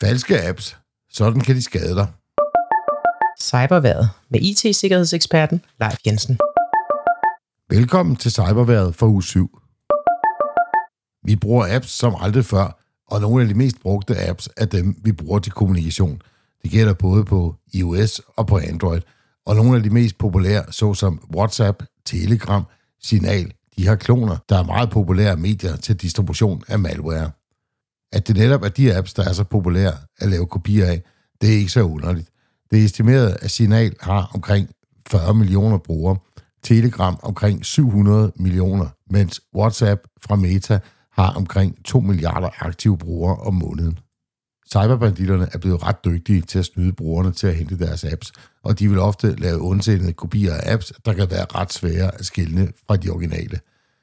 Falske apps. Sådan kan de skade dig. Cyberværet med IT-sikkerhedseksperten Leif Jensen. Velkommen til Cyberværet for uge 7. Vi bruger apps som aldrig før, og nogle af de mest brugte apps er dem, vi bruger til kommunikation. Det gælder både på iOS og på Android, og nogle af de mest populære, såsom WhatsApp, Telegram, Signal, de har kloner, der er meget populære medier til distribution af malware. At det netop er de apps, der er så populære at lave kopier af, det er ikke så underligt. Det er estimeret, at Signal har omkring 40 millioner brugere, Telegram omkring 700 millioner, mens WhatsApp fra Meta har omkring 2 milliarder aktive brugere om måneden. Cyberbanditterne er blevet ret dygtige til at snyde brugerne til at hente deres apps, og de vil ofte lave ondsindede kopier af apps, der kan være ret svære at skelne fra de originale.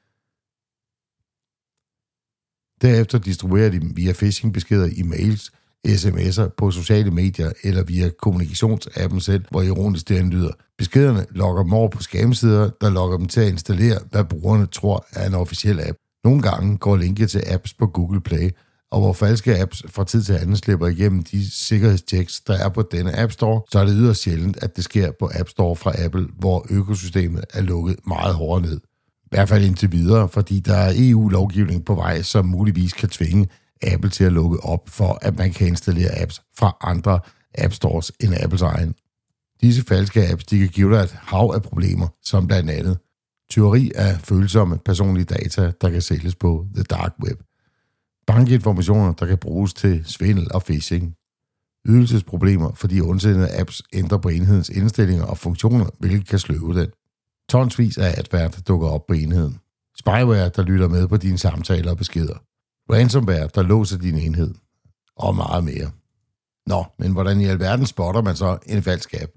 Derefter distribuerer de dem via phishing-beskeder i mails, sms'er, på sociale medier eller via kommunikationsappen selv, hvor ironisk det lyder. Beskederne logger dem over på scam-sider, der logger dem til at installere, hvad brugerne tror er en officiel app. Nogle gange går linket til apps på Google Play, og hvor falske apps fra tid til anden slipper igennem de sikkerhedstjeks, der er på denne App Store, så er det yderst sjældent, at det sker på App Store fra Apple, hvor økosystemet er lukket meget hårdere ned. I hvert fald indtil videre, fordi der er EU-lovgivning på vej, som muligvis kan tvinge Apple til at lukke op for, at man kan installere apps fra andre App Stores end Apples egen. Disse falske apps, de kan give dig et hav af problemer, som blandt andet tyveri af følsomme personlige data, der kan sælges på The Dark Web, bankinformationer, der kan bruges til svindel og phishing, ydelsesproblemer, fordi ondsindede apps ændrer på enhedens indstillinger og funktioner, hvilket kan sløve den, tonsvis af adfærd, der dukker op på enheden, spyware, der lytter med på dine samtaler og beskeder, ransomware, der låser din enhed, og meget mere. Nå, men hvordan i alverden spotter man så en falsk app?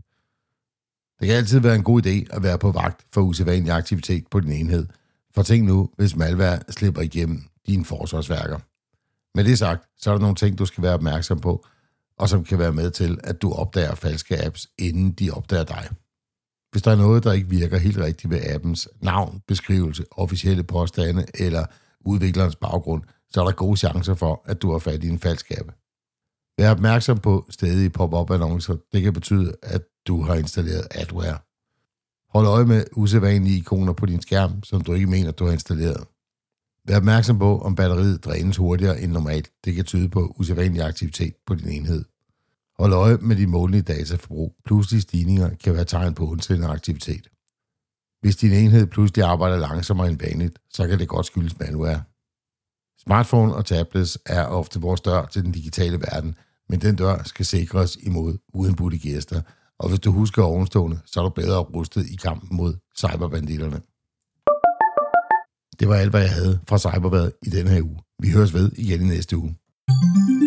Det kan altid være en god idé at være på vagt for usædvanlig aktivitet på din enhed. For tænk nu, hvis malware slipper igennem dine forsvarsværker. Med det sagt, så er der nogle ting, du skal være opmærksom på, og som kan være med til, at du opdager falske apps, inden de opdager dig. Hvis der er noget, der ikke virker helt rigtigt ved appens navn, beskrivelse, officielle påstande eller udviklerens baggrund, så er der gode chancer for, at du har fat i en falsk app. Vær opmærksom på stadige pop-up annoncer. Det kan betyde, at du har installeret adware. Hold øje med usædvanlige ikoner på din skærm, som du ikke mener, du har installeret. Vær opmærksom på, om batteriet drænes hurtigere end normalt. Det kan tyde på usædvanlig aktivitet på din enhed. Hold øje med de månedlige dataforbrug. Pludselige stigninger kan være tegn på ondsindende aktivitet. Hvis din enhed pludselig arbejder langsommere end vanligt, så kan det godt skyldes malware. Smartphone og tablets er ofte vores dør til den digitale verden, men den dør skal sikres imod uindbudte gæster, og hvis du husker ovenstående, så er du bedre rustet i kampen mod cyberbanditterne. Det var alt, hvad jeg havde fra Cyberværet i denne her uge. Vi høres ved igen i næste uge.